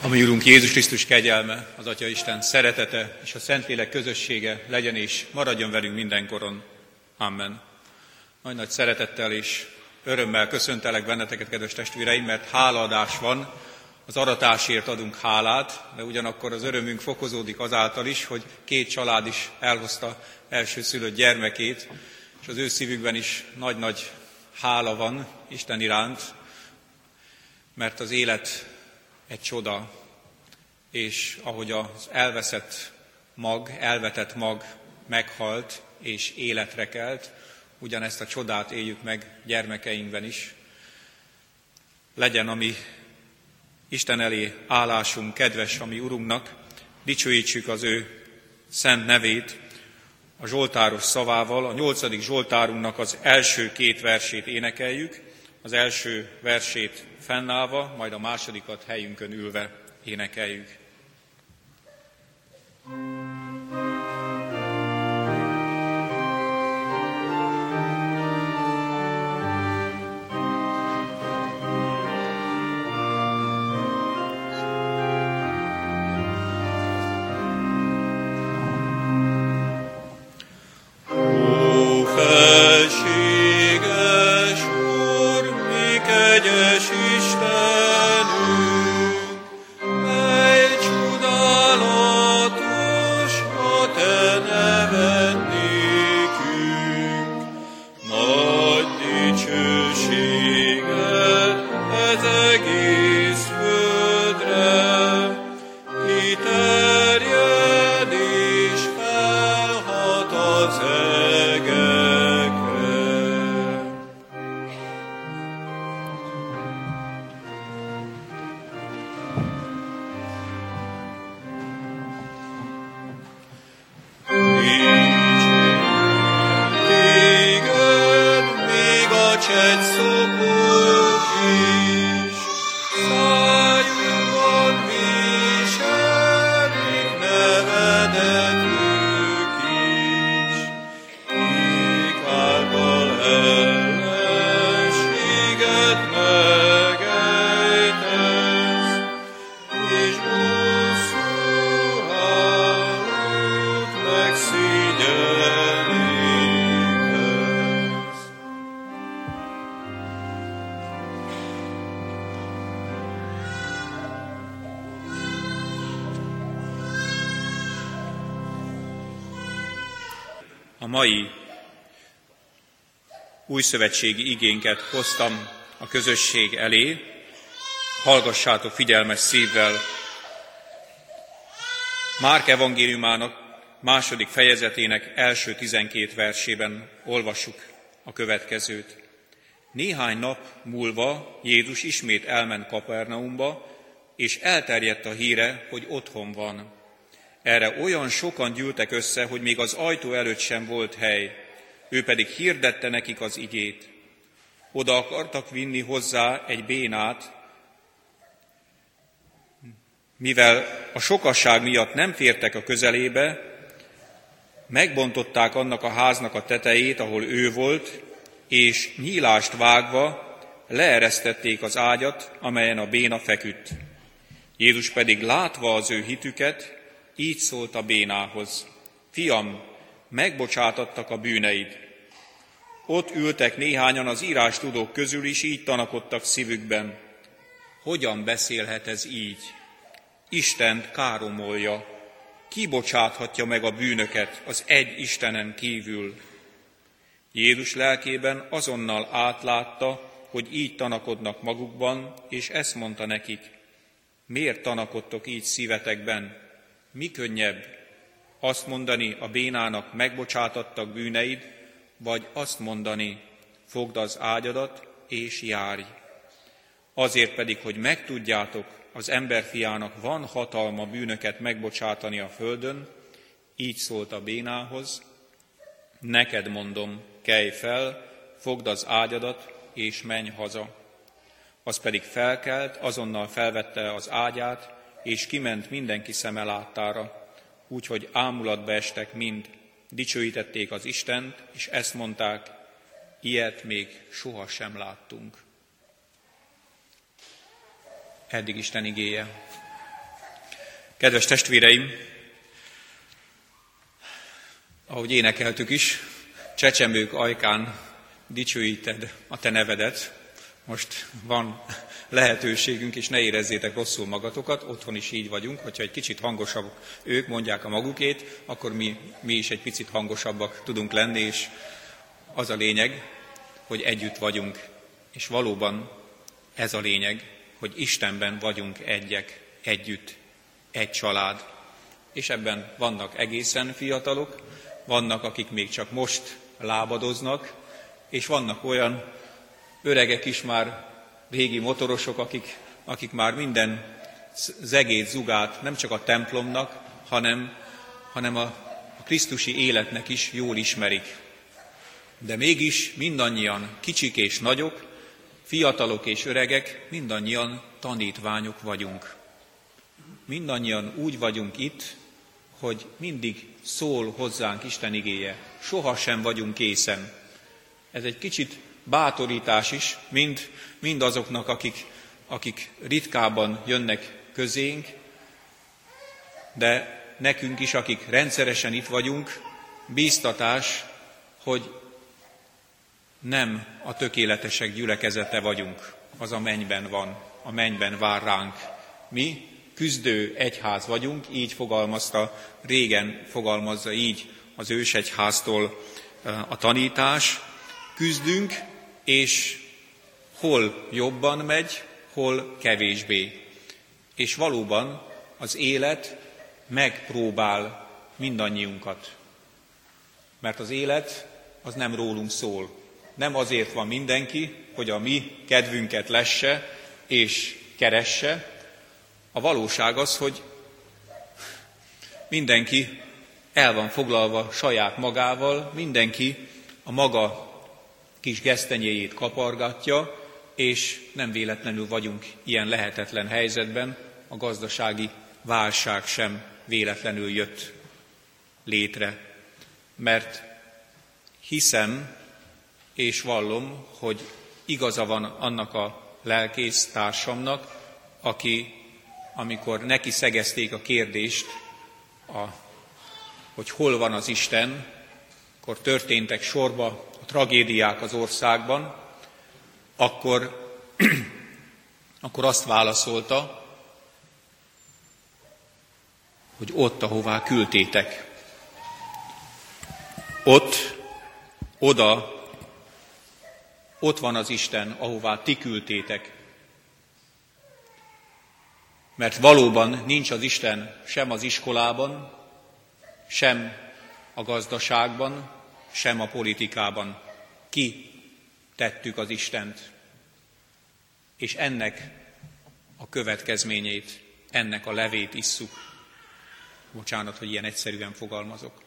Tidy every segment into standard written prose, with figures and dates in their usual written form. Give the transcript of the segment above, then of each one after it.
A mi Urunk Jézus Krisztus kegyelme, az Atya Isten szeretete és a Szentlélek közössége legyen és maradjon velünk mindenkoron. Amen. Nagy szeretettel és örömmel köszöntelek benneteket, kedves testvéreim, mert hálaadás van, az aratásért adunk hálát, de ugyanakkor az örömünk fokozódik azáltal is, hogy 2 család is elhozta elsőszülött gyermekét, és az ő szívükben is nagy-nagy hála van Isten iránt, mert az élet egy csoda, és ahogy az elvetett mag meghalt és életre kelt, ugyanezt a csodát éljük meg gyermekeinkben is. Legyen, ami Isten elé állásunk kedves, ami Urunknak, dicsőítsük az ő szent nevét a zsoltáros szavával. A 8. zsoltárunknak az első 2 versét énekeljük, az első versét fennállva, majd a másodikat helyünkön ülve énekeljük. A mai újszövetségi igénket hoztam a közösség elé. Hallgassátok figyelmes szívvel. Márk evangéliumának 2. fejezetének első 12 versében olvassuk a következőt. Néhány nap múlva Jézus ismét elment Kapernaumba, és elterjedt a híre, hogy otthon van. Erre olyan sokan gyűltek össze, hogy még az ajtó előtt sem volt hely. Ő pedig hirdette nekik az igét. Oda akartak vinni hozzá egy bénát, mivel a sokasság miatt nem fértek a közelébe, megbontották annak a háznak a tetejét, ahol ő volt, és nyílást vágva leeresztették az ágyat, amelyen a béna feküdt. Jézus pedig látva az ő hitüket, így szólt a bénához: Fiam, megbocsátattak a bűneid. Ott ültek néhányan az írástudók közül is, így tanakodtak szívükben. Hogyan beszélhet ez így? Istent káromolja. Ki bocsáthatja meg a bűnöket az egy Istenen kívül? Jézus lelkében azonnal átlátta, hogy így tanakodnak magukban, és ezt mondta nekik: Miért tanakodtok így szívetekben? Mi könnyebb? Azt mondani a bénának: megbocsátattak bűneid, vagy azt mondani: fogd az ágyadat és járj. Azért pedig, hogy megtudjátok, az emberfiának van hatalma bűnöket megbocsátani a földön, így szólt a bénához: neked mondom, kelj fel, fogd az ágyadat és menj haza. Az pedig felkelt, azonnal felvette az ágyát, és kiment mindenki szeme láttára, úgyhogy ámulatba estek mind, dicsőítették az Istent, és ezt mondták: ilyet még sohasem láttunk. Eddig Isten igéje. Kedves testvéreim, ahogy énekeltük is, csecsemők ajkán dicsőíted a te nevedet. Most van lehetőségünk, és ne érezzétek rosszul magatokat, otthon is így vagyunk, hogyha egy kicsit hangosabb ők mondják a magukét, akkor mi is egy picit hangosabbak tudunk lenni, és az a lényeg, hogy együtt vagyunk. És valóban ez a lényeg, hogy Istenben vagyunk egyek, együtt, egy család. És ebben vannak egészen fiatalok, vannak, akik még csak most lábadoznak, és vannak olyan öregek is, már régi motorosok, akik már minden zegét, zugát nem csak a templomnak, hanem a krisztusi életnek is jól ismerik. De mégis mindannyian, kicsik és nagyok, fiatalok és öregek, mindannyian tanítványok vagyunk. Mindannyian úgy vagyunk itt, hogy mindig szól hozzánk Isten igéje. Sohasem vagyunk készen. Ez egy kicsit bátorítás is, mind azoknak, akik ritkábban jönnek közénk, de nekünk is, akik rendszeresen itt vagyunk, bíztatás, hogy nem a tökéletesek gyülekezete vagyunk, az a mennyben van, a mennyben vár ránk. Mi küzdő egyház vagyunk, így fogalmazta, régen fogalmazza így az ősegyháztól a tanítás. Küzdünk, és hol jobban megy, hol kevésbé. És valóban az élet megpróbál mindannyiunkat. Mert az élet az nem rólunk szól. Nem azért van mindenki, hogy a mi kedvünket lesse és keresse. A valóság az, hogy mindenki el van foglalva saját magával, mindenki a maga kis gesztenyéjét kapargatja, és nem véletlenül vagyunk ilyen lehetetlen helyzetben, a gazdasági válság sem véletlenül jött létre. Mert hiszem és vallom, hogy igaza van annak a lelkész társamnak, aki, amikor neki szegezték a kérdést, hogy hol van az Isten, akkor történtek sorba a tragédiák az országban, akkor azt válaszolta, hogy ott, ahová küldtétek. Ott van az Isten, ahová ti küldtétek. Mert valóban nincs az Isten sem az iskolában, sem a gazdaságban, sem a politikában. Ki tettük az Istent, és ennek a következményét, ennek a levét isszuk. Bocsánat, hogy ilyen egyszerűen fogalmazok.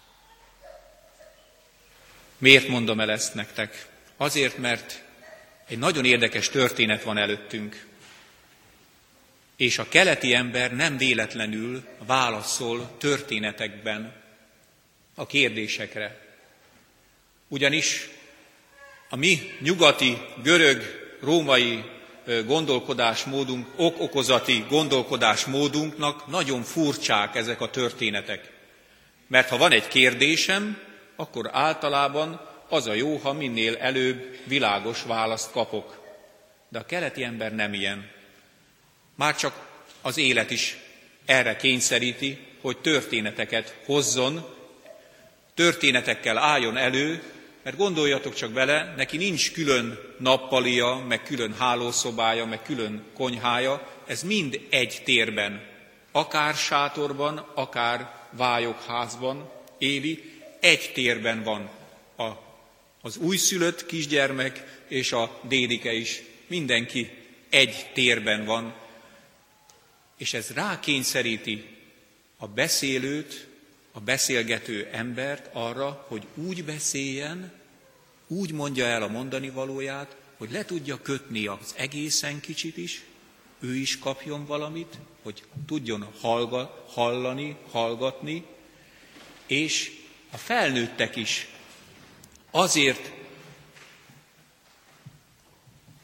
Miért mondom el ezt nektek? Azért, mert egy nagyon érdekes történet van előttünk, és a keleti ember nem véletlenül válaszol történetekben a kérdésekre. Ugyanis a mi nyugati, görög, római gondolkodásmódunk, ok-okozati gondolkodásmódunknak nagyon furcsák ezek a történetek. Mert ha van egy kérdésem, akkor általában az a jó, ha minél előbb világos választ kapok. De a keleti ember nem ilyen. Már csak az élet is erre kényszeríti, hogy történeteket hozzon, történetekkel álljon elő, mert gondoljatok csak bele, neki nincs külön nappalia, meg külön hálószobája, meg külön konyhája, ez mind egy térben, akár sátorban, akár vályokházban éli, egy térben van az újszülött kisgyermek és a dédike is, mindenki egy térben van, és ez rákényszeríti a beszélőt, a beszélgető embert arra, hogy úgy beszéljen, úgy mondja el a mondani valóját, hogy le tudja kötni az egészen kicsit is, ő is kapjon valamit, hogy tudjon hallani, hallgatni, és a felnőttek is azért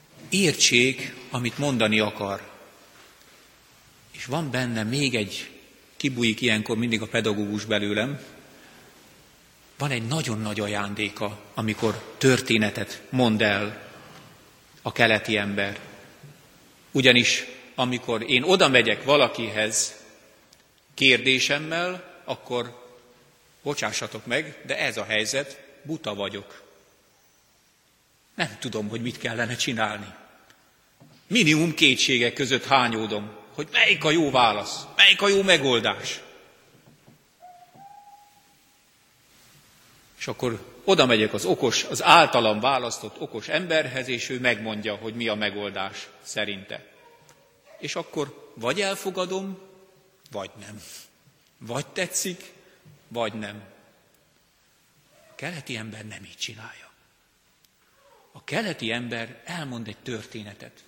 értsék, amit mondani akar. És van benne még egy kibújik ilyenkor mindig a pedagógus belőlem, van egy nagyon nagy ajándéka, amikor történetet mond el a keleti ember. Ugyanis amikor én oda megyek valakihez kérdésemmel, akkor bocsássatok meg, de ez a helyzet, buta vagyok. Nem tudom, hogy mit kellene csinálni. Minimum kétségek között hányódom, hogy melyik a jó válasz, melyik a jó megoldás. És akkor oda megyek az általam választott okos emberhez, és ő megmondja, hogy mi a megoldás szerinte. És akkor vagy elfogadom, vagy nem. Vagy tetszik, vagy nem. A keleti ember nem így csinálja. A keleti ember elmond egy történetet.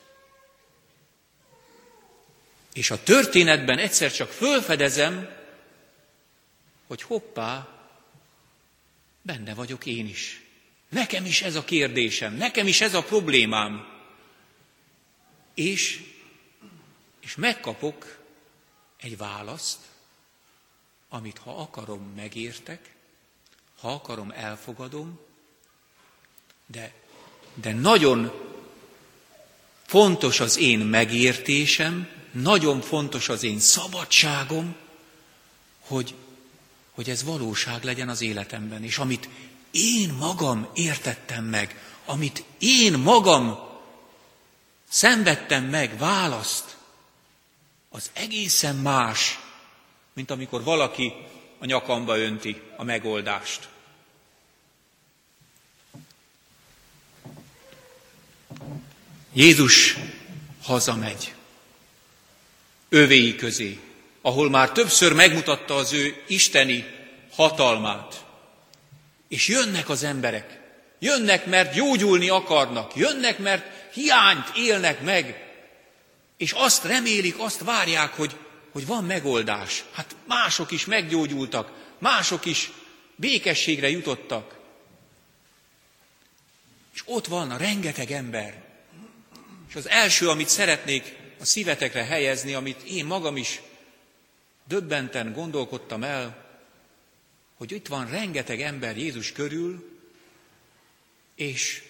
És a történetben egyszer csak fölfedezem, hogy hoppá, benne vagyok én is. Nekem is ez a kérdésem, nekem is ez a problémám. És megkapok egy választ, amit ha akarom, megértek, ha akarom, elfogadom, de nagyon fontos az én megértésem, nagyon fontos az én szabadságom, hogy ez valóság legyen az életemben. És amit én magam értettem meg, amit én magam szenvedtem meg, választ, az egészen más, mint amikor valaki a nyakamba önti a megoldást. Jézus hazamegy övéi közé, ahol már többször megmutatta az ő isteni hatalmát. És jönnek az emberek. Jönnek, mert gyógyulni akarnak. Jönnek, mert hiányt élnek meg. És azt remélik, azt várják, hogy van megoldás. Hát mások is meggyógyultak, mások is békességre jutottak. És ott van a rengeteg ember. És az első, amit szeretnék a szívetekre helyezni, amit én magam is döbbenten gondolkodtam el, hogy itt van rengeteg ember Jézus körül, és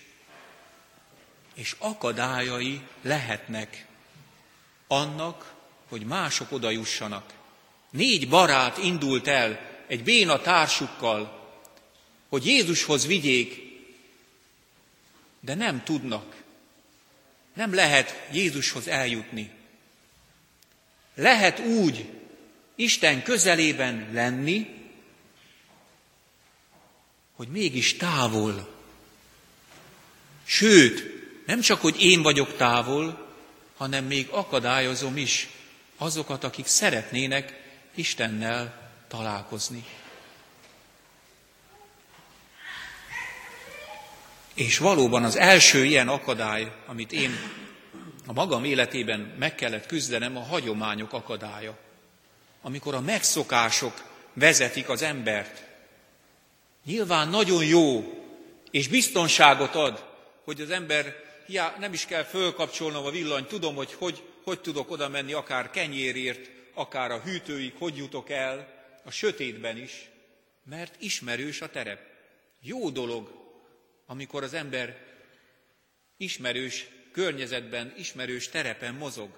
akadályai lehetnek annak, hogy mások oda jussanak. 4 barát indult el egy béna társukkal, hogy Jézushoz vigyék, de nem tudnak. Nem lehet Jézushoz eljutni. Lehet úgy Isten közelében lenni, hogy mégis távol. Sőt, nem csak, hogy én vagyok távol, hanem még akadályozom is azokat, akik szeretnének Istennel találkozni. És valóban az első ilyen akadály, amit én a magam életében meg kellett küzdenem, a hagyományok akadálya. Amikor a megszokások vezetik az embert. Nyilván nagyon jó és biztonságot ad, hogy az ember nem is kell fölkapcsolnom a villanyt, tudom, hogy tudok oda menni, akár kenyérért, akár a hűtőig, hogy jutok el, a sötétben is, mert ismerős a terep. Jó dolog, amikor az ember ismerős környezetben, ismerős terepen mozog.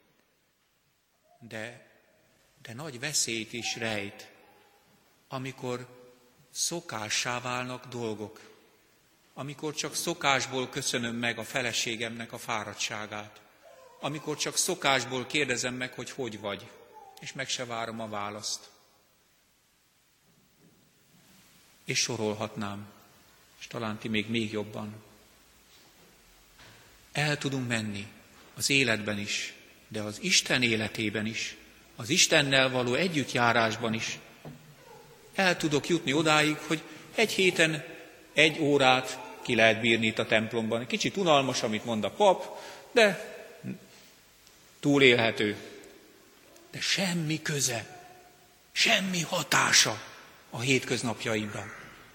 De nagy veszélyt is rejt, amikor szokássá válnak dolgok. Amikor csak szokásból köszönöm meg a feleségemnek a fáradtságát. Amikor csak szokásból kérdezem meg, hogy vagy, és meg se várom a választ. És sorolhatnám, és talán ti még jobban. El tudunk menni az életben is, de az Isten életében is, az Istennel való együttjárásban is. El tudok jutni odáig, hogy egy héten 1 órát ki lehet bírni itt a templomban. Kicsit unalmas, amit mond a pap, de túlélhető. De semmi köze, semmi hatása a hétköznapjaimban.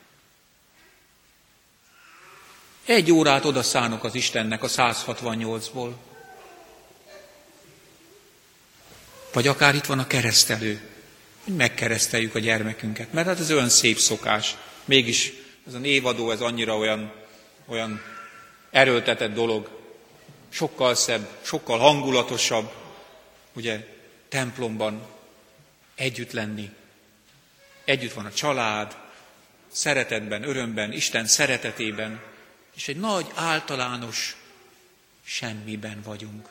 1 órát odaszánok az Istennek a 168-ból. Vagy akár itt van a keresztelő. hogy megkereszteljük a gyermekünket. Mert hát ez olyan szép szokás. Mégis ez a névadó, ez annyira olyan erőltetett dolog. Sokkal szebb, sokkal hangulatosabb, ugye, templomban együtt lenni. Együtt van a család, szeretetben, örömben, Isten szeretetében, és egy nagy általános semmiben vagyunk.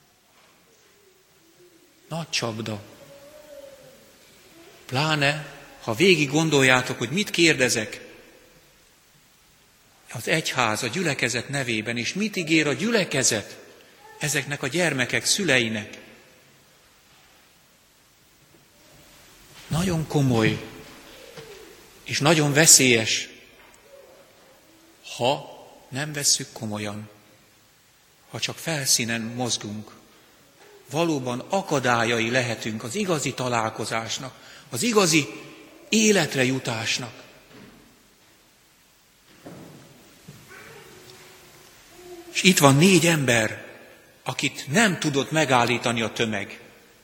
Nagy csapda. Pláne, ha végig gondoljátok, hogy mit kérdezek az egyház, a gyülekezet nevében, és mit ígér a gyülekezet ezeknek a gyermekek szüleinek. Nagyon komoly és nagyon veszélyes, ha nem vesszük komolyan, ha csak felszínen mozgunk. Valóban akadályai lehetünk az igazi találkozásnak, az igazi életre jutásnak. És itt van 4 ember, akit nem tudott megállítani a tömeg.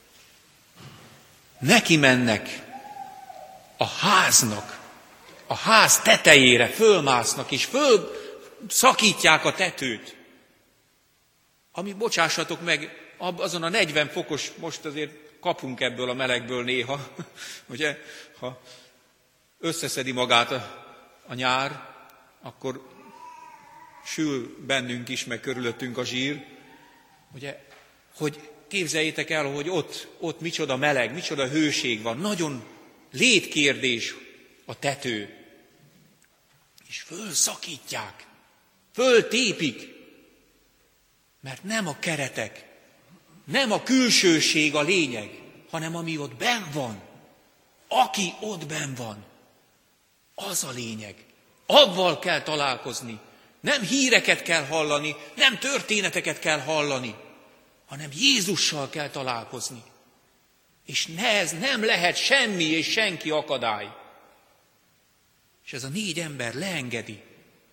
Neki mennek a háznak, a ház tetejére fölmásznak, és fölszakítják a tetőt. Ami, bocsássatok meg, azon a 40 fokos, most azért kapunk ebből a melegből néha, ugye, ha összeszedi magát a nyár, akkor sül bennünk is, meg körülöttünk a zsír, ugye, hogy képzeljétek el, hogy ott micsoda meleg, micsoda hőség van, nagyon létkérdés a tető. És fölszakítják, föltépik, mert nem a keretek, nem a külsőség a lényeg, hanem ami ott benn van. Aki ott benn van, az a lényeg. Avval kell találkozni. Nem híreket kell hallani, nem történeteket kell hallani, hanem Jézussal kell találkozni. És ez nem lehet semmi és senki akadály. És ez a 4 ember leengedi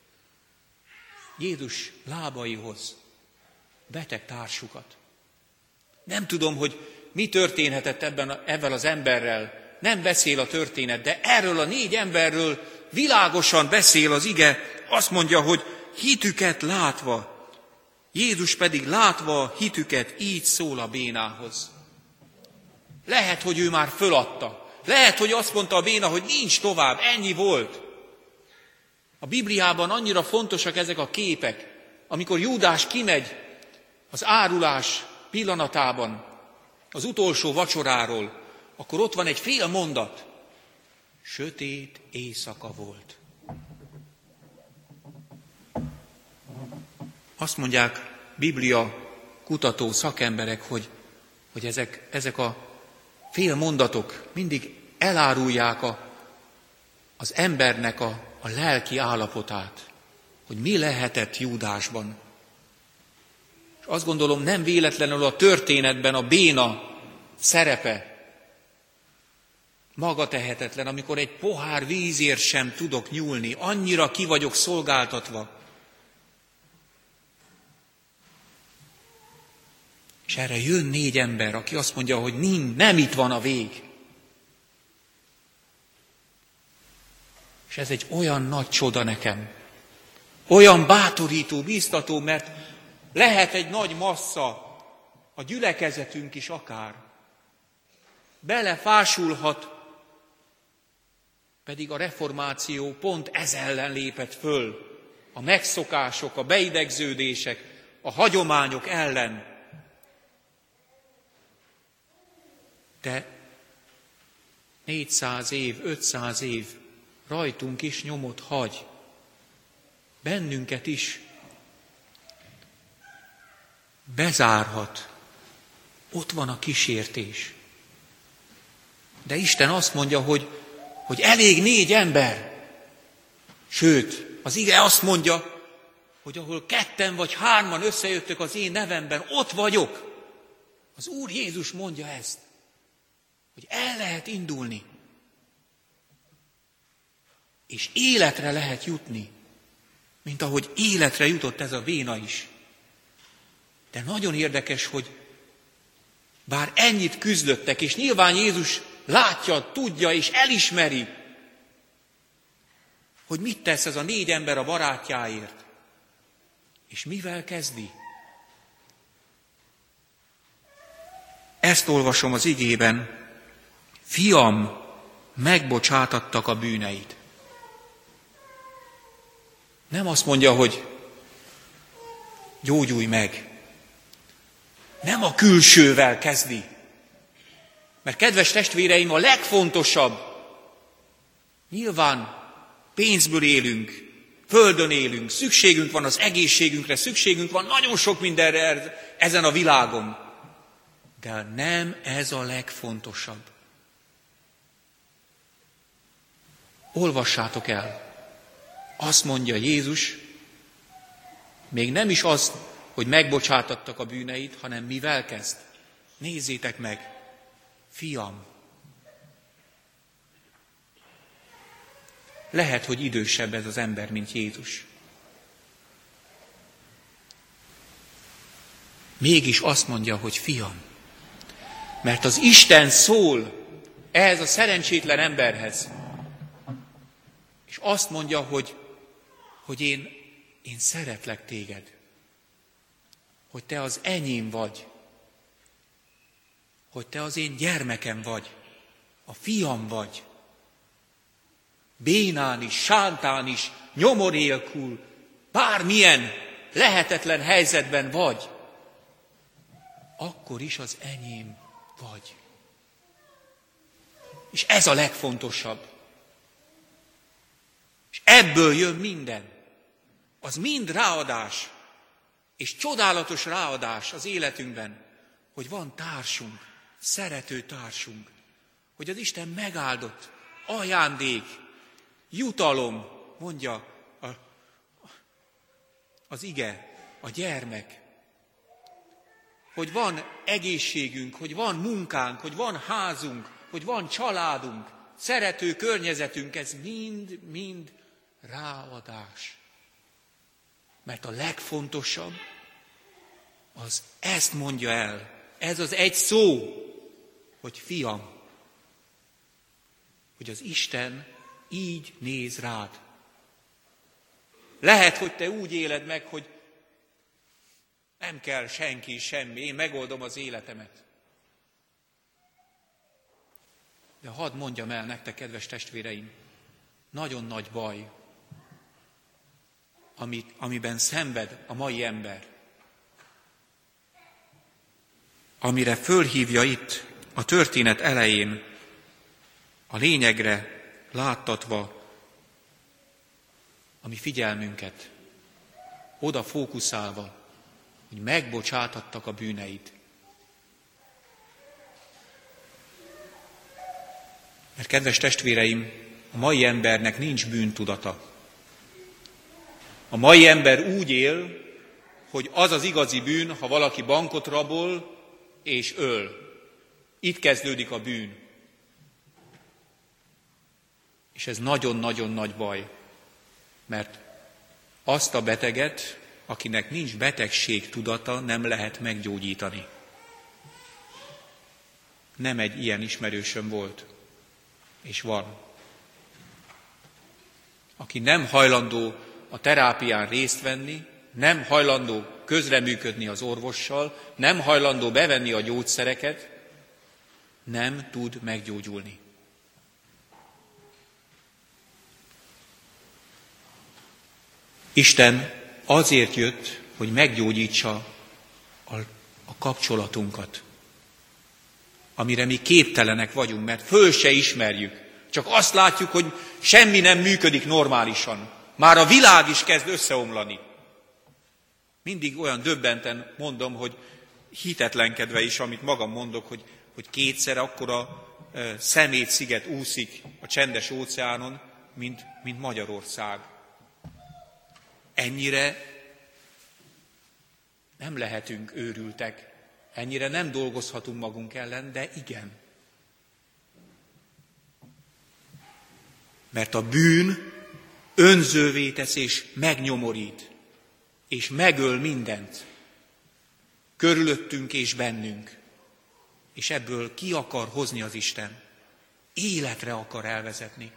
Jézus lábaihoz beteg társukat. Nem tudom, hogy mi történhetett ebben az emberrel, nem beszél a történet, de erről a 4 emberről világosan beszél az ige, azt mondja, hogy hitüket látva, Jézus pedig látva a hitüket így szól a bénához. Lehet, hogy ő már föladta. Lehet, hogy azt mondta a béna, hogy nincs tovább, ennyi volt. A Bibliában annyira fontosak ezek a képek, amikor Júdás kimegy az árulás pillanatában, az utolsó vacsoráról, akkor ott van egy fél mondat. Sötét éjszaka volt. Azt mondják Biblia kutató szakemberek, hogy ezek a fél mondatok mindig elárulják az embernek a lelki állapotát, hogy mi lehetett Júdásban. És azt gondolom, nem véletlenül a történetben a béna szerepe maga tehetetlen, amikor egy pohár vízért sem tudok nyúlni, annyira ki vagyok szolgáltatva. És erre jön 4 ember, aki azt mondja, hogy nem itt van a vég. És ez egy olyan nagy csoda nekem. Olyan bátorító, bíztató, mert lehet egy nagy massza, a gyülekezetünk is akár. Belefásulhat, pedig a reformáció pont ez ellen lépett föl. A megszokások, a beidegződések, a hagyományok ellen. De 400 év, 500 év rajtunk is nyomot hagy. Bennünket is bezárhat. Ott van a kísértés. De Isten azt mondja, hogy elég 4 ember. Sőt, az ige azt mondja, hogy ahol 2 vagy 3 összejöttök az én nevemben, ott vagyok. Az Úr Jézus mondja ezt, hogy el lehet indulni, és életre lehet jutni, mint ahogy életre jutott ez a béna is. De nagyon érdekes, hogy bár ennyit küzdöttek, és nyilván Jézus látja, tudja és elismeri, hogy mit tesz ez a 4 ember a barátjáért. És mivel kezdi? Ezt olvasom az igében. Fiam, megbocsátattak a bűneid. Nem azt mondja, hogy gyógyulj meg. Nem a külsővel kezdi. Mert kedves testvéreim, a legfontosabb, nyilván pénzből élünk, földön élünk, szükségünk van az egészségünkre, szükségünk van nagyon sok mindenre ezen a világon. De nem ez a legfontosabb. Olvassátok el. Azt mondja Jézus, még nem is az, hogy megbocsátattak a bűneid, hanem mivel kezd? Nézzétek meg, fiam. Lehet, hogy idősebb ez az ember, mint Jézus. Mégis azt mondja, hogy fiam. Mert az Isten szól ehhez a szerencsétlen emberhez. És azt mondja, hogy én szeretlek téged. Hogy te az enyém vagy. Hogy te az én gyermekem vagy. A fiam vagy. Bénán is, sántán is, nyomor nélkül, bármilyen lehetetlen helyzetben vagy. Akkor is az enyém vagy. És ez a legfontosabb. És ebből jön minden. Az mind ráadás, és csodálatos ráadás az életünkben, hogy van társunk, szerető társunk, hogy az Isten megáldott ajándék, jutalom, mondja az ige, a gyermek, hogy van egészségünk, hogy van munkánk, hogy van házunk, hogy van családunk, szerető környezetünk, ez mind ráadás. Mert a legfontosabb, az ezt mondja el, ez az egy szó, hogy fiam, hogy az Isten így néz rád. Lehet, hogy te úgy éled meg, hogy nem kell senki, semmi, én megoldom az életemet. De hadd mondjam el nektek, kedves testvéreim, nagyon nagy baj, amiben szenved a mai ember. Amire fölhívja itt a történet elején, a lényegre láttatva a mi figyelmünket, oda fókuszálva, hogy megbocsátattak a bűneid. Mert kedves testvéreim, a mai embernek nincs bűntudata. A mai ember úgy él, hogy az az igazi bűn, ha valaki bankot rabol és öl. Itt kezdődik a bűn. És ez nagyon-nagyon nagy baj, mert azt a beteget, akinek nincs betegség tudata, nem lehet meggyógyítani. Nem egy ilyen ismerősöm volt, és van. Aki nem hajlandó a terápián részt venni, nem hajlandó közreműködni az orvossal, nem hajlandó bevenni a gyógyszereket, nem tud meggyógyulni. Isten azért jött, hogy meggyógyítsa a kapcsolatunkat, amire mi képtelenek vagyunk, mert föl se ismerjük. Csak azt látjuk, hogy semmi nem működik normálisan. Már a világ is kezd összeomlani. Mindig olyan döbbenten mondom, hogy hitetlenkedve is, amit magam mondok, hogy kétszer akkora szemétsziget úszik a csendes óceánon, mint Magyarország. Ennyire nem lehetünk őrültek, ennyire nem dolgozhatunk magunk ellen, de igen. Mert a bűn önzővé tesz és megnyomorít, és megöl mindent, körülöttünk és bennünk, és ebből ki akar hozni az Isten. életre akar elvezetni.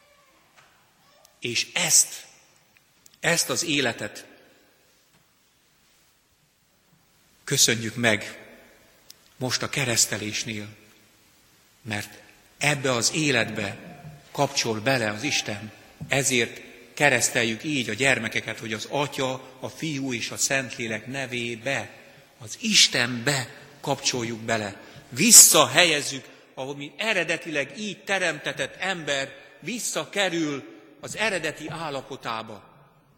És ezt az életet köszönjük meg most a keresztelésnél, mert ebbe az életbe kapcsol bele az Isten, ezért kereszteljük így a gyermekeket, hogy az Atya, a Fiú és a Szentlélek nevébe, az Istenbe kapcsoljuk bele. Visszahelyezzük, ahogy mi eredetileg így teremtetett ember visszakerül az eredeti állapotába,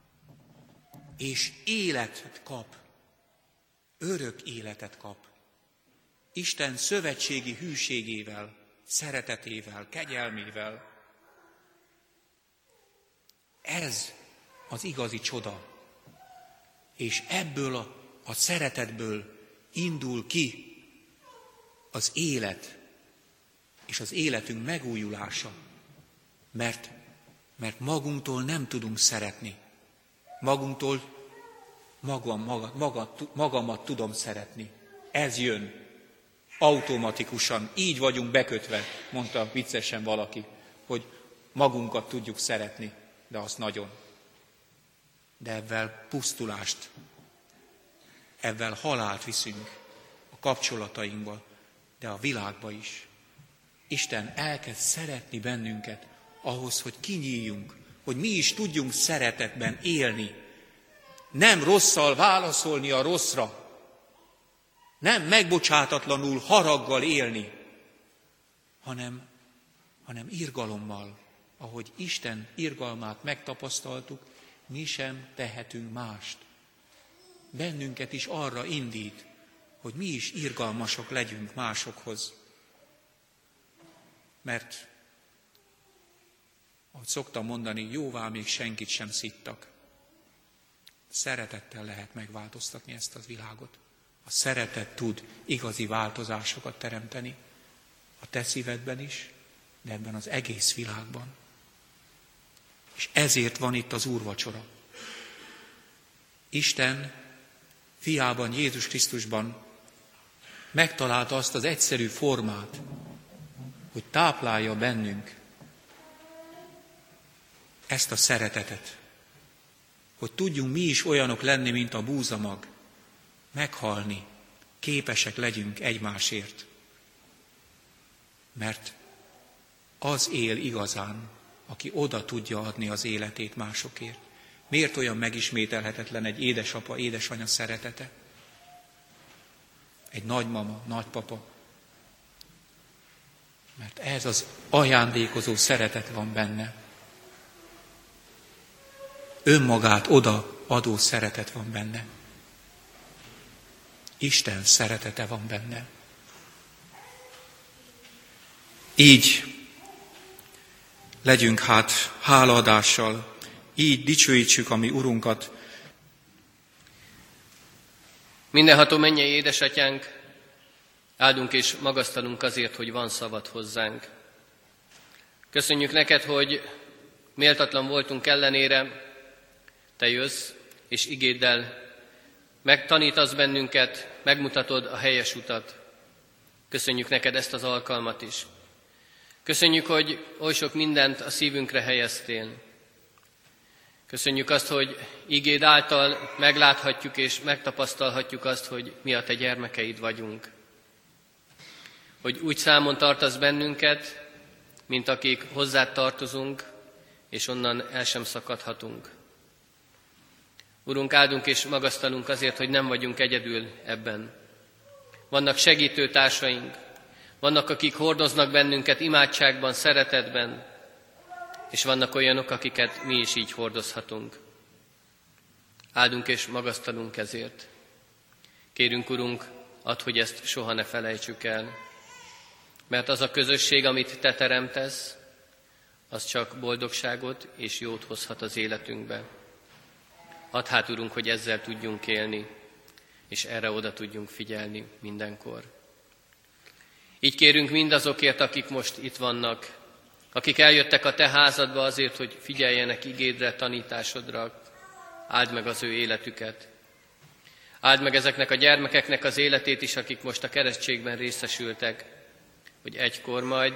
és életet kap, örök életet kap. Isten szövetségi hűségével, szeretetével, kegyelmével. Ez az igazi csoda. És ebből a szeretetből indul ki az élet, és az életünk megújulása. Mert magunktól nem tudunk szeretni. Magunktól magamat tudom szeretni. Ez jön automatikusan. Így vagyunk bekötve, mondta viccesen valaki, hogy magunkat tudjuk szeretni, de azt nagyon. De ebben pusztulást, ebben halált viszünk a kapcsolatainkba, de a világba is. Isten elkezd szeretni bennünket ahhoz, hogy kinyíljunk, hogy mi is tudjunk szeretetben élni. Nem rosszal válaszolni a rosszra, nem megbocsátatlanul haraggal élni, hanem irgalommal, ahogy Isten irgalmát megtapasztaltuk, mi sem tehetünk mást. Bennünket is arra indít, hogy mi is irgalmasok legyünk másokhoz. Mert, ahogy szoktam mondani, jóvá még senkit sem szittak. Szeretettel lehet megváltoztatni ezt a világot. A szeretet tud igazi változásokat teremteni a te szívedben is, de ebben az egész világban. És ezért van itt az úrvacsora. Isten fiában, Jézus Krisztusban megtalálta azt az egyszerű formát, hogy táplálja bennünk ezt a szeretetet, hogy tudjunk mi is olyanok lenni, mint a búzamag, meghalni, képesek legyünk egymásért. Mert az él igazán, aki oda tudja adni az életét másokért. Miért olyan megismételhetetlen egy édesapa, édesanya szeretete? Egy nagymama, nagypapa. Mert ez az ajándékozó szeretet van benne. Önmagát oda adó szeretet van benne. Isten szeretete van benne. Így legyünk hát hálaadással, így dicsőítsük a mi Urunkat. Mindenható mennyei édesatyánk, áldunk és magasztalunk azért, hogy van szavad hozzánk. Köszönjük neked, hogy méltatlan voltunk ellenére, te jössz, és igéddel megtanítasz bennünket, megmutatod a helyes utat. Köszönjük neked ezt az alkalmat is. Köszönjük, hogy oly sok mindent a szívünkre helyeztél. Köszönjük azt, hogy igéd által megláthatjuk és megtapasztalhatjuk azt, hogy mi a te gyermekeid vagyunk. Hogy úgy számon tartasz bennünket, mint akik hozzád tartozunk, és onnan el sem szakadhatunk. Urunk, áldunk és magasztalunk azért, hogy nem vagyunk egyedül ebben. Vannak segítő társaink, vannak, akik hordoznak bennünket imádságban, szeretetben, és vannak olyanok, akiket mi is így hordozhatunk. Áldunk és magasztalunk ezért. Kérünk, Urunk, add, hogy ezt soha ne felejtsük el. Mert az a közösség, amit te teremtesz, az csak boldogságot és jót hozhat az életünkbe. Add hát, Urunk, hogy ezzel tudjunk élni, és erre oda tudjunk figyelni mindenkor. Így kérünk mindazokért, akik most itt vannak, akik eljöttek a te házadba azért, hogy figyeljenek igédre, tanításodra, áld meg az ő életüket. Áld meg ezeknek a gyermekeknek az életét is, akik most a keresztségben részesültek, hogy egykor majd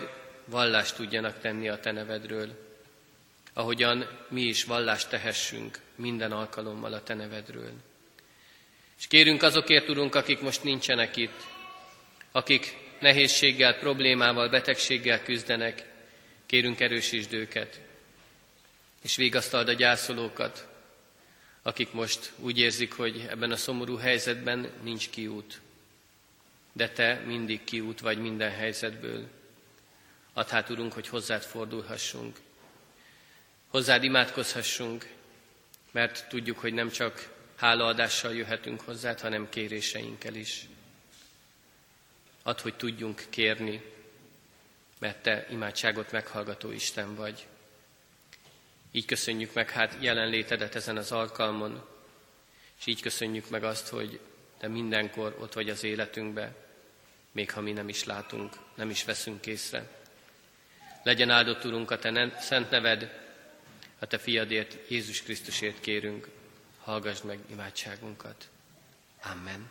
vallást tudjanak tenni a Te nevedről, ahogyan mi is vallást tehessünk minden alkalommal a Te nevedről. És kérünk azokért, Urunk, akik most nincsenek itt, akik nehézséggel, problémával, betegséggel küzdenek, kérünk, erősítsd őket, és vigasztald a gyászolókat, akik most úgy érzik, hogy ebben a szomorú helyzetben nincs kiút. De Te mindig kiút vagy minden helyzetből. Add hát, Urunk, hogy hozzád fordulhassunk, hozzád imádkozhassunk, mert tudjuk, hogy nem csak hálaadással jöhetünk hozzád, hanem kéréseinkkel is. Add, hogy tudjunk kérni, mert Te imádságot meghallgató Isten vagy. Így köszönjük meg hát jelenlétedet ezen az alkalmon, és így köszönjük meg azt, hogy Te mindenkor ott vagy az életünkbe, még ha mi nem is látunk, nem is veszünk észre. Legyen áldott, Urunk, a Te szent neved, a Te fiadért, Jézus Krisztusért kérünk, hallgassd meg imádságunkat. Amen.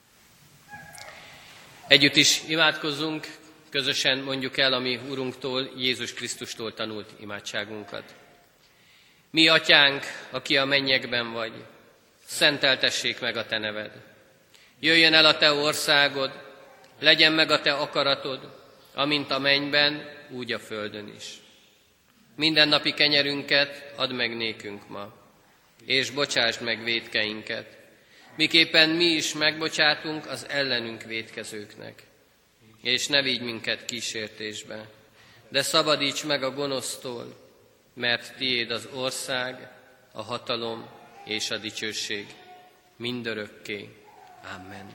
Együtt is imádkozzunk, közösen mondjuk el a mi Urunktól, Jézus Krisztustól tanult imádságunkat. Mi Atyánk, aki a mennyekben vagy, szenteltessék meg a Te neved. Jöjjön el a Te országod, legyen meg a Te akaratod, amint a mennyben, úgy a földön is. Mindennapi kenyerünket add meg nékünk ma, és bocsásd meg vétkeinket, miképpen mi is megbocsátunk az ellenünk vétkezőknek. És ne vigy minket kísértésbe, de szabadíts meg a gonosztól, mert Tiéd az ország, a hatalom és a dicsőség mindörökké. Amen.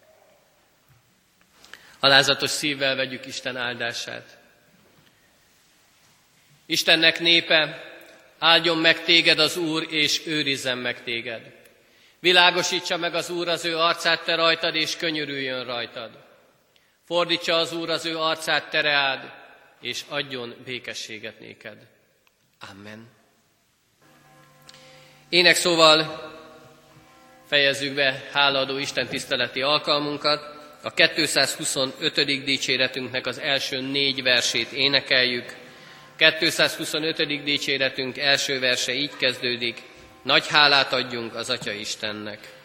Alázatos szívvel vegyük Isten áldását. Istennek népe, áldjon meg téged az Úr, és őrizzen meg téged. Világosítsa meg az Úr az ő arcát te rajtad, és könyörüljön rajtad. Fordítsa az Úr az ő arcát te reád, és adjon békességet néked. Amen. Énekszóval fejezzük be hálaadó Isten tiszteleti alkalmunkat. A 225. dicséretünknek az első 4 versét énekeljük. 225. dicséretünk első verse így kezdődik: Nagy hálát adjunk az Atya Istennek.